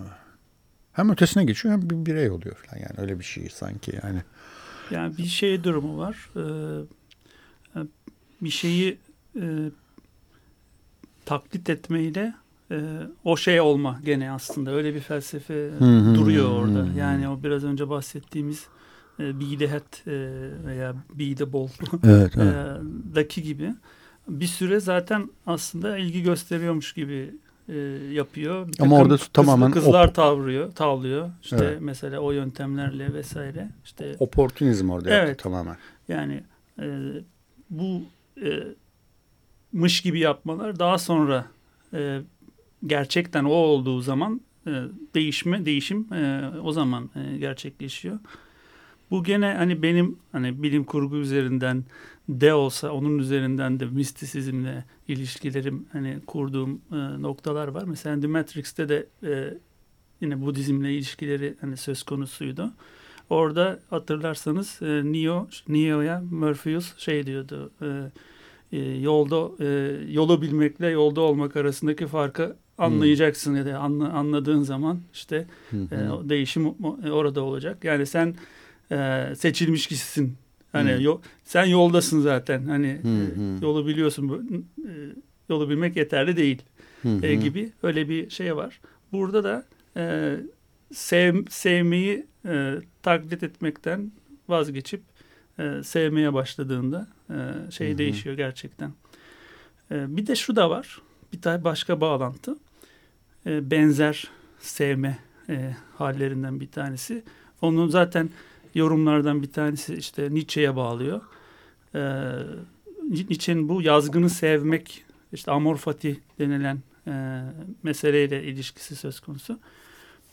hem ötesine geçiyor hem bir birey oluyor falan, yani öyle bir şey sanki yani. Yani bir şey durumu var. Ee, bir şeyi e, taklit etmeyle e, o şey olma gene aslında öyle bir felsefe hmm, duruyor orada. Hmm. Yani o biraz önce bahsettiğimiz e, be the hat e, veya be the ball evet, evet. e, daki gibi bir süre zaten aslında ilgi gösteriyormuş gibi e, yapıyor. Bir ama orada kız, tamamen kızlar op- tavlıyor, tavlıyor. İşte evet. mesela o yöntemlerle vesaire. İşte oportunizm orada evet, yaptı tamamen. Yani e, bu e, mış gibi yapmalar daha sonra e, gerçekten o olduğu zaman e, değişme, değişim e, o zaman e, gerçekleşiyor. Bu gene hani benim hani bilim kurgu üzerinden de olsa onun üzerinden de mistisizmle ilişkilerim hani kurduğum e, noktalar var. Mesela The Matrix'te de e, yine Budizmle ilişkileri hani söz konusuydu. Orada hatırlarsanız e, Neo Neo'ya Morpheus şey diyordu. E, e, yolda e, yolu bilmekle yolda olmak arasındaki farkı anlayacaksın hmm. ya da anla, anladığın zaman işte hmm. e, o değişim orada olacak. Yani sen e, seçilmiş kişisin. Hani hmm. yo, sen yoldasın zaten. Hani hmm. e, yolu biliyorsun. E, yolu bilmek yeterli değil. Hmm. E, gibi öyle bir şey var. Burada da e, sev, sevmeyi e, taklit etmekten vazgeçip e, sevmeye başladığında e, şey hmm. değişiyor gerçekten. E, bir de şu da var. Bir tane başka bağlantı. E, benzer sevme e, hallerinden bir tanesi. Onun zaten yorumlardan bir tanesi işte Nietzsche'ye bağlıyor. Ee, Nietzsche'nin bu yazgını sevmek, işte amor fati denilen e, meseleyle ilişkisi söz konusu.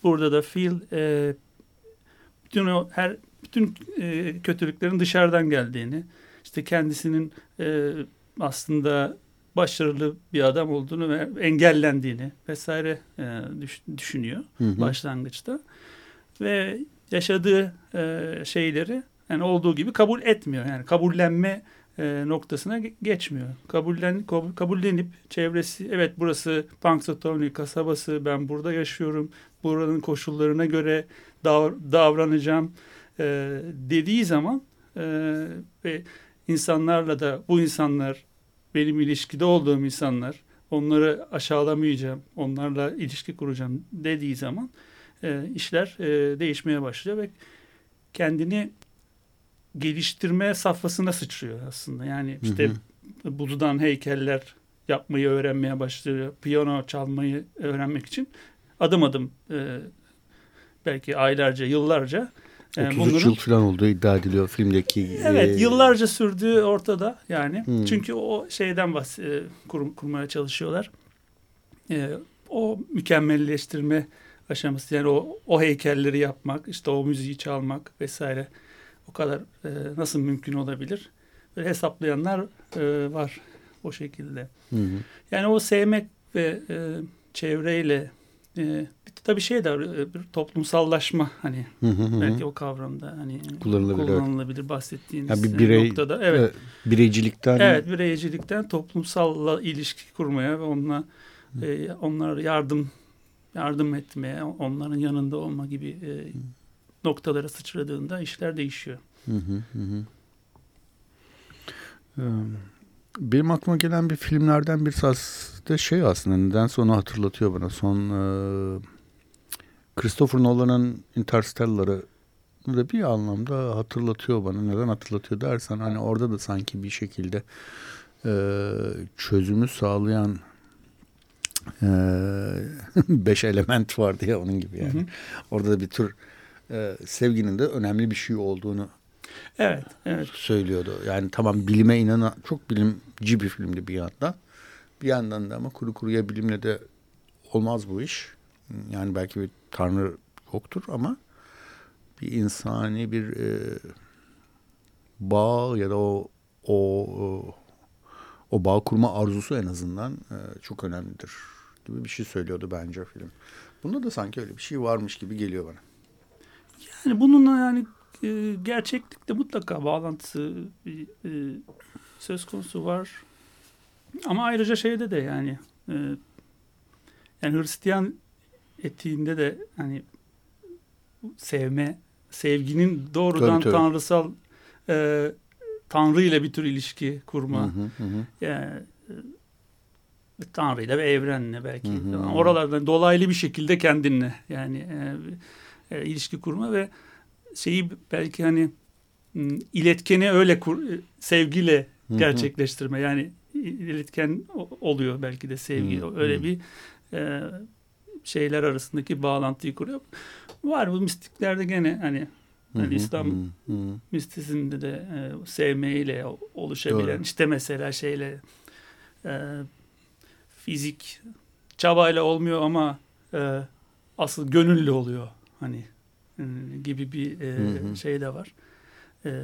burada da Phil e, bütün o her bütün e, kötülüklerin dışarıdan geldiğini, işte kendisinin e, aslında başarılı bir adam olduğunu ve engellendiğini vesaire e, düş, düşünüyor hı hı. başlangıçta ve yaşadığı e, şeyleri yani olduğu gibi kabul etmiyor. Yani kabullenme e, noktasına geçmiyor. Kabullen, kabullenip çevresi, evet burası Punxsutawney kasabası, ben burada yaşıyorum, buranın koşullarına göre dav- davranacağım e, dediği zaman e, ve insanlarla da bu insanlar benim ilişkide olduğum insanlar, onları aşağılamayacağım, onlarla ilişki kuracağım dediği zaman e, işler e, değişmeye başlıyor ve kendini geliştirme safhasına sıçrıyor aslında. Yani işte hı hı. buzdan heykeller yapmayı öğrenmeye başlıyor. Piyano çalmayı öğrenmek için adım adım e, belki aylarca, yıllarca otuz üç bunların, yıl falan olduğu iddia ediliyor filmdeki. Evet, e... yıllarca sürdüğü ortada yani. Hmm. Çünkü o şeyden bahs- e, kur, kurmaya çalışıyorlar. E, o mükemmelleştirme aşaması, yani o, o heykelleri yapmak, işte o müziği çalmak vesaire. O kadar e, nasıl mümkün olabilir? Böyle hesaplayanlar e, var o şekilde. Hı hı. Yani o sevmek ve e, çevreyle e, tabii şey de bir toplumsallaşma hani hı hı. belki o kavramda hani kullanılabilir, kullanılabilir evet. bahsettiğiniz yani bir birey, noktada. Evet. E, bireycilikten. Evet, bireycilikten toplumsalla ilişki kurmaya ve onunla e, onlara yardım yardım etmeye, onların yanında olma gibi e, noktalara sıçradığında işler değişiyor. Hı hı hı. Benim aklıma gelen bir filmlerden birisi aslında şey aslında nedense onu hatırlatıyor bana. Son e, Christopher Nolan'ın Interstellar'ı da bir anlamda hatırlatıyor bana. Neden hatırlatıyor dersen hani orada da sanki bir şekilde e, çözümü sağlayan e, beş element vardı ya onun gibi yani. Hı hı. Orada da bir tür e, sevginin de önemli bir şey olduğunu evet, evet. söylüyordu. Yani tamam bilime inanan çok bilimci bir filmdi bir yandan. Bir yandan da ama kuru kuruya bilimle de olmaz bu iş. Yani belki bir tanrı yoktur ama bir insani bir e, bağ ya da o o o bağ kurma arzusu en azından e, çok önemlidir gibi bir şey söylüyordu bence film. Bunda da sanki öyle bir şey varmış gibi geliyor bana. Yani bununla yani e, gerçeklikte mutlaka bağlantısı e, söz konusu var. Ama ayrıca şeyde de yani e, yani Hristiyan etiğinde de hani sevme, sevginin doğrudan tabii, tabii. tanrısal e, Tanrı ile bir tür ilişki kurma. Hı hı hı. Yani e, Tanrı ile ve evrenle belki. Hı hı. Oralardan dolaylı bir şekilde kendinle yani e, e, ilişki kurma ve şeyi belki hani iletkeni öyle kur, sevgiyle hı hı. gerçekleştirme. Yani iletken oluyor belki de sevgi. Hı hı. Öyle bir e, şeyler arasındaki bağlantıyı kuruyor. Var bu mistiklerde gene hani, hani hı hı, İslam hı hı. mistisizminde de e, sevmeyle oluşabilen doğru. işte mesela şeyle e, fizik çabayla olmuyor ama e, asıl gönüllü oluyor hani e, gibi bir e, hı hı. şey de var. E,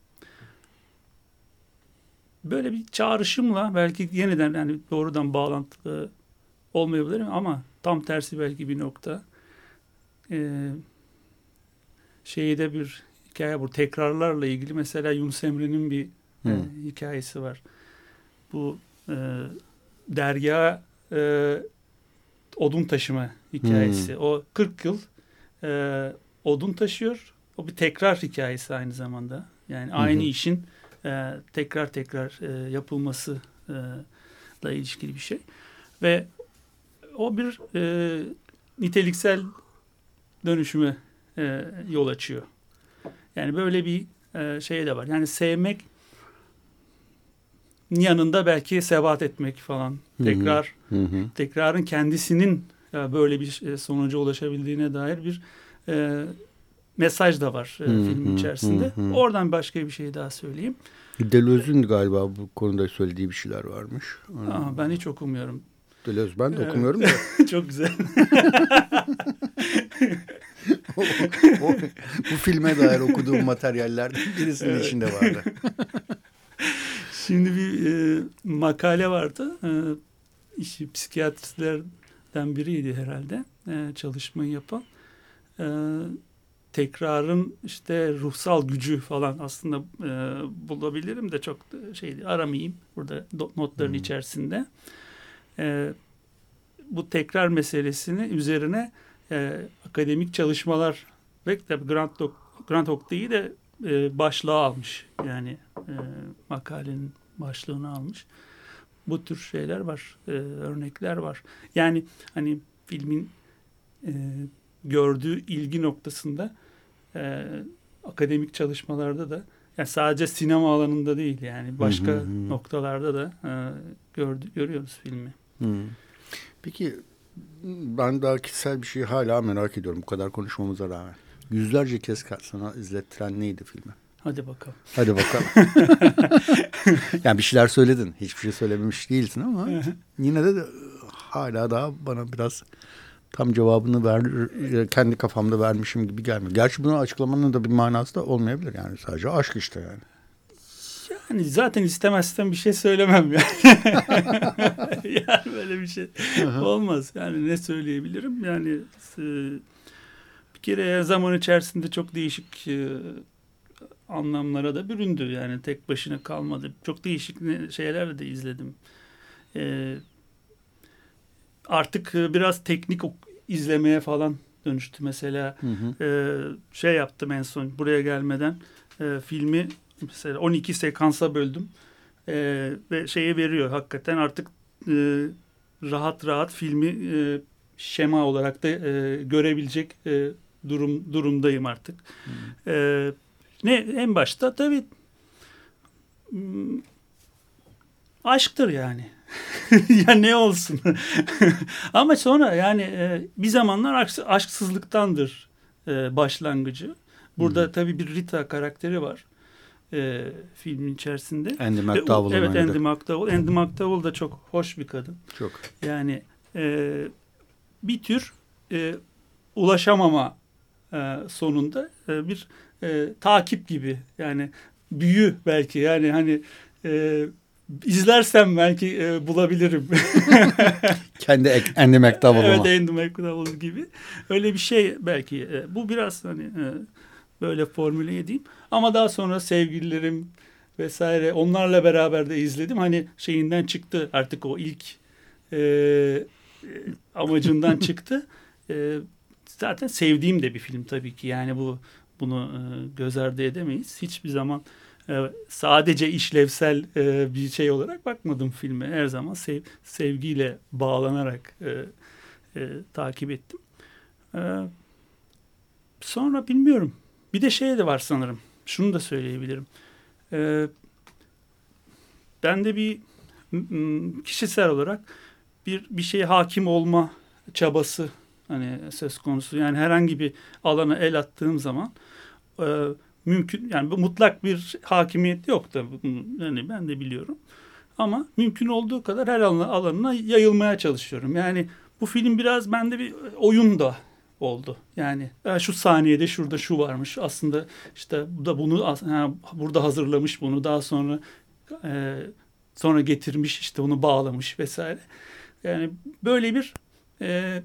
böyle bir çağrışımla belki yeniden yani doğrudan bağlantılı olmayabilir ama tam tersi belki bir nokta. Ee, şeyde bir hikaye bu tekrarlarla ilgili mesela Yunus Emre'nin bir e, hikayesi var. Bu e, derya e, odun taşıma hikayesi. Hmm. O kırk yıl e, odun taşıyor. O bir tekrar hikayesi aynı zamanda. Yani aynı hmm. işin e, tekrar tekrar e, yapılması e, ile ilişkili bir şey. Ve o bir e, niteliksel dönüşüme e, yol açıyor. Yani böyle bir e, şey de var. Yani sevmek yanında belki sebat etmek falan. Hı hı. Tekrar hı hı. tekrarın kendisinin e, böyle bir e, sonuca ulaşabildiğine dair bir e, mesaj da var e, hı hı. filmin içerisinde. Hı hı. Oradan başka bir şey daha söyleyeyim. Deleuze'ün galiba bu konuda söylediği bir şeyler varmış. Aa, ben hiç okumuyorum. Deleuze. Ben de evet. okumuyorum da. Çok güzel. o, o, bu filme dair okuduğum materyallerden birisinin evet. içinde vardı. Şimdi bir e, makale vardı. E, işi psikiyatristlerden biriydi herhalde. E, çalışmayı yapan. E, tekrarın işte ruhsal gücü falan aslında e, bulabilirim de çok şey aramayayım burada notların hmm. içerisinde. E, bu tekrar meselesini üzerine e, akademik çalışmalar ve tabii Grand Hock'tayı de e, başlığa almış. Yani e, makalenin başlığını almış. Bu tür şeyler var, e, örnekler var. Yani hani filmin e, gördüğü ilgi noktasında e, akademik çalışmalarda da yani sadece sinema alanında değil yani başka hı hı hı. noktalarda da e, gördü, görüyoruz filmi. Hı. Peki ben daha kişisel bir şeyi hala merak ediyorum bu kadar konuşmamıza rağmen. Yüzlerce kez sana izlettiren neydi filmi? Hadi bakalım. Hadi bakalım. Yani bir şeyler söyledin. Hiçbir şey söylememiş değilsin ama yine de, de hala daha bana biraz tam cevabını ver, kendi kafamda vermişim gibi gelmiyor. Gerçi bunu açıklamanın da bir manası da olmayabilir. Yani sadece aşk işte yani. Yani zaten istemezsem bir şey söylemem yani. Yani böyle bir şey olmaz. Yani ne söyleyebilirim? Yani bir kere zaman içerisinde çok değişik anlamlara da büründü. Yani tek başına kalmadı. Çok değişik şeyler de izledim. Ee, artık biraz teknik izlemeye falan dönüştü. Mesela hı hı. E, şey yaptım en son buraya gelmeden e, filmi mesela on iki sekansa böldüm. E, ve şeye veriyor hakikaten artık e, rahat rahat filmi e, şema olarak da e, görebilecek e, durum durumdayım artık. Hı. E, ne en başta tabii aşktır yani. Ya ne olsun. Ama sonra yani e, bir zamanlar aşk, aşksızlıktandır e, başlangıcı. Burada hmm. tabii bir Rita karakteri var e, filmin içerisinde. Andy McDowell. Evet Andy McDowell. Andy McDowell da çok hoş bir kadın. Çok. Yani e, bir tür e, ulaşamama e, sonunda e, bir e, takip gibi. Yani büyü belki yani hani e, İzlersem belki e, bulabilirim. Kendi Andy McDowell. Evet, Andy McDowell gibi. Öyle bir şey belki. E, bu biraz hani e, böyle formüle edeyim. Ama daha sonra sevgililerim vesaire onlarla beraber de izledim. Hani şeyinden çıktı artık o ilk e, amacından çıktı. E, zaten sevdiğim de bir film tabii ki. Yani bu bunu e, göz ardı edemeyiz. Hiçbir zaman sadece işlevsel e, bir şey olarak bakmadım filme. Her zaman sev, sevgiyle bağlanarak e, e, takip ettim. E, sonra bilmiyorum. Bir de şey de var sanırım. Şunu da söyleyebilirim. E, ben de bir m- kişisel olarak bir bir şeye hakim olma çabası hani söz konusu. Yani herhangi bir alana el attığım zaman e, mümkün yani bu mutlak bir hakimiyet yok da yani ben de biliyorum ama mümkün olduğu kadar her alanına yayılmaya çalışıyorum. Yani bu film biraz bende bir oyun da oldu. Yani şu saniyede şurada şu varmış aslında işte bu da bunu ha, burada hazırlamış bunu daha sonra e, sonra getirmiş işte onu bağlamış vesaire. Yani böyle bir e,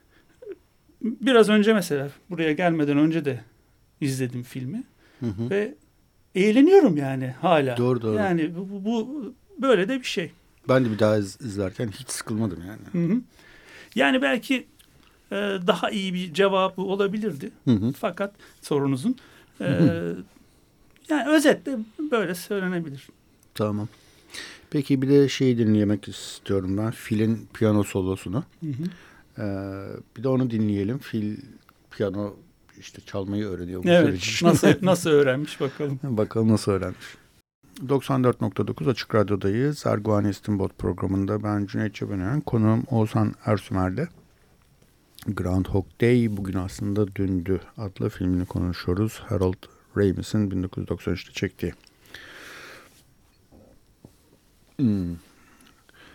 biraz önce mesela buraya gelmeden önce de izledim filmi. Hı hı. Ve eğleniyorum yani hala. Doğru doğru. Yani bu, bu böyle de bir şey. Ben de bir daha iz, izlerken hiç sıkılmadım yani. Hı hı. Yani belki e, daha iyi bir cevabı olabilirdi. Hı hı. Fakat sorunuzun e, hı hı. yani özetle böyle söylenebilir. Tamam. Peki bir de şeyi dinlemek istiyorum ben. Fil'in piyano solosunu. Hı hı. Ee, bir de onu dinleyelim. Fil piyano işte çalmayı öğreniyor. Bu evet. Nasıl, nasıl öğrenmiş bakalım. Bakalım nasıl öğrenmiş. doksan dört nokta dokuz Açık Radyo'dayız. Erguvan İstinbot programında ben Cüneyt Cebenayan. Konuğum Oğuzhan Ersümer'le Groundhog Day bugün aslında dündü adlı filmini konuşuyoruz. Harold Ramis'in bin dokuz yüz doksan üçte çektiği. Hmm.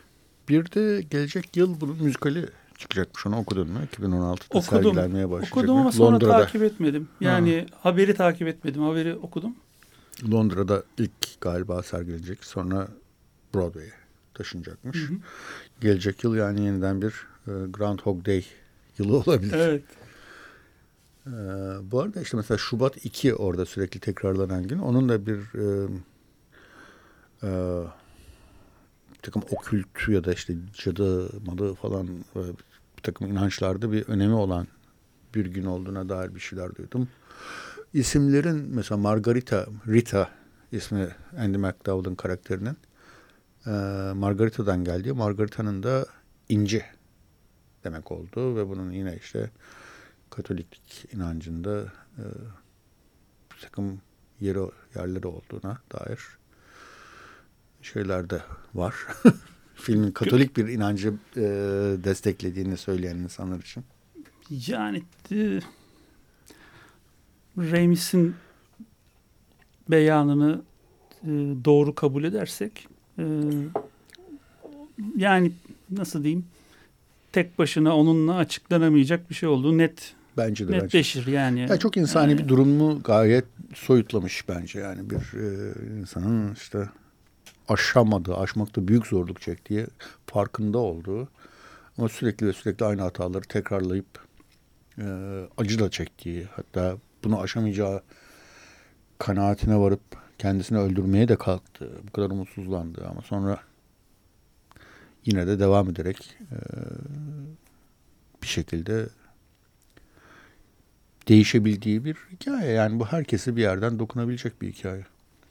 Bir de gelecek yıl bunun müzikali çıkacakmış. Onu okudun mu? iki bin on altıda Okudum. sergilenmeye başlayacak. Okudum ama sonra Londra'da. takip etmedim. Yani ha. haberi takip etmedim. Haberi okudum. Londra'da ilk galiba sergilenecek. Sonra Broadway'e taşınacakmış. Hı hı. Gelecek yıl yani yeniden bir e, Groundhog Day yılı olabilir. Evet. E, bu arada işte mesela Şubat iki orada sürekli tekrarlanan gün. Onun da bir e, e, bir takım okült ya da işte cadı malı falan e, bir takım inançlarda bir önemi olan bir gün olduğuna dair bir şeyler duydum. İsimlerin mesela Margarita, Rita ismi Andy McDowell'ın karakterinin e, Margarita'dan geldiği, Margarita'nın da inci demek olduğu ve bunun yine işte Katoliklik inancında e, bir takım yeri, yerleri olduğuna dair şeyler de var. Filmin Katolik bir inancı e, desteklediğini söyleyen insanlar için. Yani e, Ramis'in beyanını e, doğru kabul edersek e, yani nasıl diyeyim, tek başına onunla açıklanamayacak bir şey olduğu net bence de netleşir bence. yani. Ya çok insani yani, bir durumu gayet soyutlamış bence yani bir e, insanın işte aşamadığı, aşmakta büyük zorluk çektiği farkında olduğu ama sürekli ve sürekli aynı hataları tekrarlayıp e, acı da çektiği, hatta bunu aşamayacağı kanaatine varıp kendisini öldürmeye de kalktı. Bu kadar umutsuzlandı ama sonra yine de devam ederek e, bir şekilde değişebildiği bir hikaye. Yani bu herkese bir yerden dokunabilecek bir hikaye.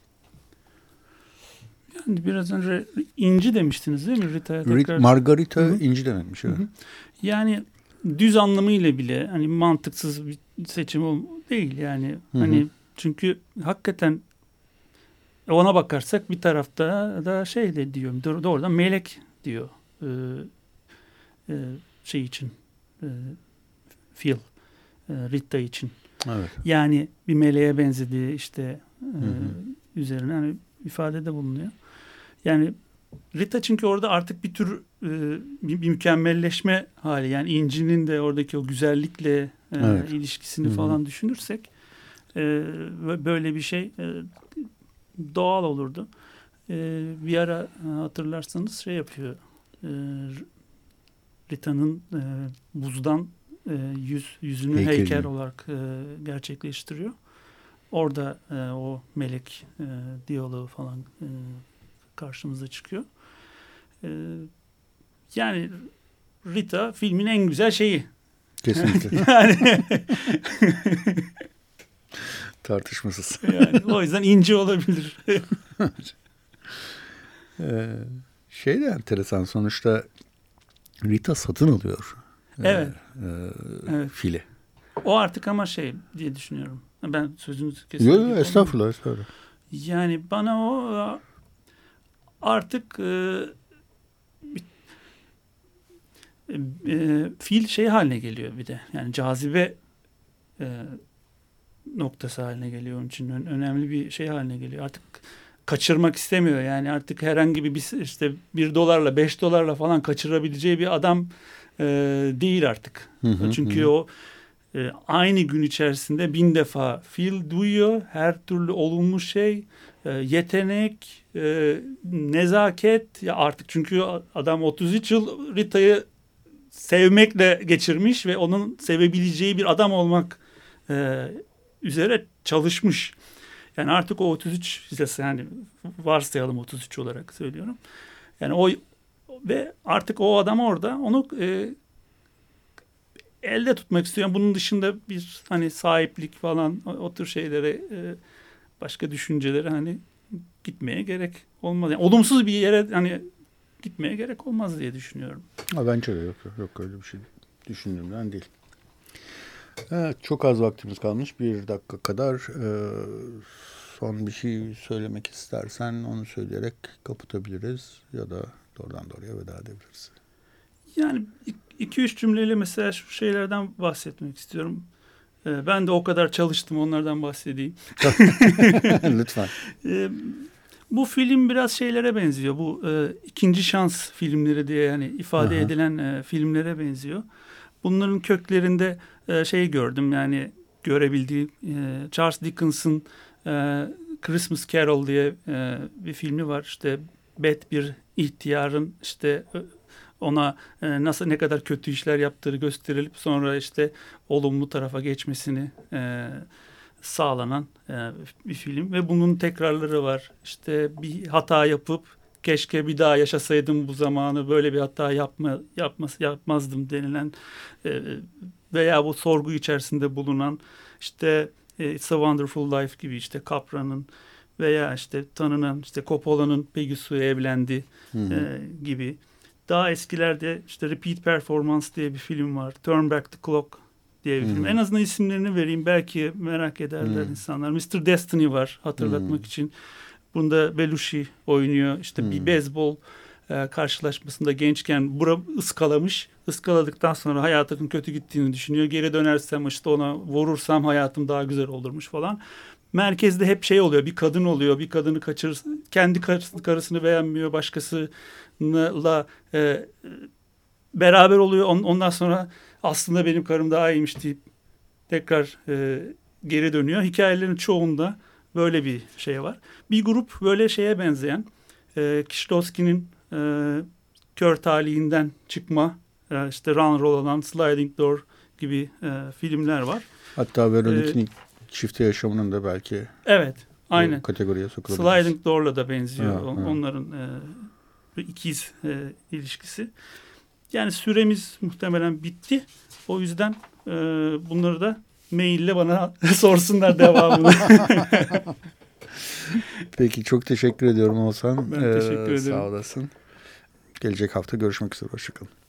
Yani biraz önce inci demiştiniz değil mi Rita'ya tekrar? Margarita Hı-hı. inci demekmiş. Evet. Hı-hı. Yani düz anlamıyla bile hani mantıksız bir seçim değil yani. Hı-hı. Hani çünkü hakikaten ona bakarsak bir tarafta da şey de diyorum, doğrudan melek diyor ee, e, şey için e, Phil e, Rita için. Evet. Yani bir meleğe benzediği işte e, üzerine hani ifadede bulunuyor. Yani Rita çünkü orada artık bir tür e, bir, bir mükemmelleşme hali. Yani İnci'nin de oradaki o güzellikle e, evet. ilişkisini Hı-hı. falan düşünürsek e, böyle bir şey e, doğal olurdu. E, bir ara hatırlarsanız şey yapıyor. E, Rita'nın e, buzdan e, yüz yüzünü heykel, heykel olarak e, gerçekleştiriyor. Orada e, o melek e, diyaloğu falan e, karşımıza çıkıyor. E, yani Rita filmin en güzel şeyi. Kesinlikle. yani tartışmasız. yani o yüzden ince olabilir. ee, şey de enteresan, sonuçta Rita satın alıyor. Evet. E, e, evet. Fili. O artık ama şey diye düşünüyorum. Ben sözünüzü kesinlikle. Yok yok estağfurullah, estağfurullah. Yani bana o artık e, e, fil şey haline geliyor bir de. Yani cazibe e, noktası haline geliyor onun için. Önemli bir şey haline geliyor. Artık kaçırmak istemiyor. Yani artık herhangi bir işte bir dolarla beş dolarla falan kaçırabileceği bir adam e, değil artık. Hı hı, Çünkü hı. o e, aynı gün içerisinde bin defa fil duyuyor. Her türlü olumlu şey, e, yetenek, e, nezaket. Ya artık çünkü adam otuz üç yıl Rita'yı sevmekle geçirmiş ve onun sevebileceği bir adam olmak e, üzere çalışmış. Yani artık o otuz üç, yani varsayalım otuz üç olarak söylüyorum. Yani o ve artık o adam orada onu e, elde tutmak istiyor. Yani bunun dışında bir hani sahiplik falan o, o tür şeylere e, başka düşüncelere hani gitmeye gerek olmaz. Yani olumsuz bir yere hani gitmeye gerek olmaz diye düşünüyorum. Ha, bence de yok, yok öyle bir şey düşündüğümden değil. Evet, çok az vaktimiz kalmış. Bir dakika kadar. Ee, son bir şey söylemek istersen onu söyleyerek kapatabiliriz ya da doğrudan doğruya veda edebiliriz. Yani iki üç cümleyle mesela şu şeylerden bahsetmek istiyorum. Ee, ben de o kadar çalıştım, onlardan bahsedeyim. Lütfen. Ee, Bu film biraz şeylere benziyor. Bu e, ikinci şans filmleri diye yani ifade Aha. edilen e, filmlere benziyor. Bunların köklerinde e, şey gördüm yani görebildiğim e, Charles Dickens'ın e, Christmas Carol diye e, bir filmi var. İşte bet bir ihtiyarın işte ona e, nasıl ne kadar kötü işler yaptığı gösterilip sonra işte olumlu tarafa geçmesini e, sağlanan e, bir film ve bunun tekrarları var. İşte bir hata yapıp keşke bir daha yaşasaydım bu zamanı böyle bir hata yapma yapması yapmazdım denilen e, veya bu sorgu içerisinde bulunan işte e, It's a Wonderful Life gibi işte Capra'nın veya işte tanınan işte Coppola'nın Pegasus'u evlendi e, gibi. Daha eskilerde işte Repeat Performance diye bir film var. Turn Back the Clock diye bir hmm. film. En azından isimlerini vereyim. Belki merak ederler hmm. insanlar. mister Destiny var hatırlatmak hmm. için. Bunda Belushi oynuyor. İşte hmm. bir beyzbol e, karşılaşmasında gençken bura ıskalamış. Iskaladıktan sonra hayatının kötü gittiğini düşünüyor. Geri dönersem işte ona vurursam hayatım daha güzel olurmuş falan. Merkezde hep şey oluyor. Bir kadın oluyor. Bir kadını kaçırır. Kendi karısını, karısını beğenmiyor. Başkasıyla e, beraber oluyor. Ondan sonra aslında benim karım daha iyiymiş deyip tekrar e, geri dönüyor. Hikayelerin çoğunda böyle bir şey var. Bir grup böyle şeye benzeyen e, Kieślowski'nin e, Kör Talihinden çıkma e, işte Run Roll olan Sliding Door gibi e, filmler var. Hatta Veronik'in ee, çifte yaşamının da belki evet, aynen. kategoriye sokulabilir. Sliding Door'la da benziyor. Ha, On, ha. Onların e, ikiz e, ilişkisi. Yani süremiz muhtemelen bitti. O yüzden e, bunları da maille bana sorsunlar devamını. Peki çok teşekkür ediyorum Oğuzhan. Ben teşekkür ee, ederim. Sağ olasın. Gelecek hafta görüşmek üzere. Hoşçakalın.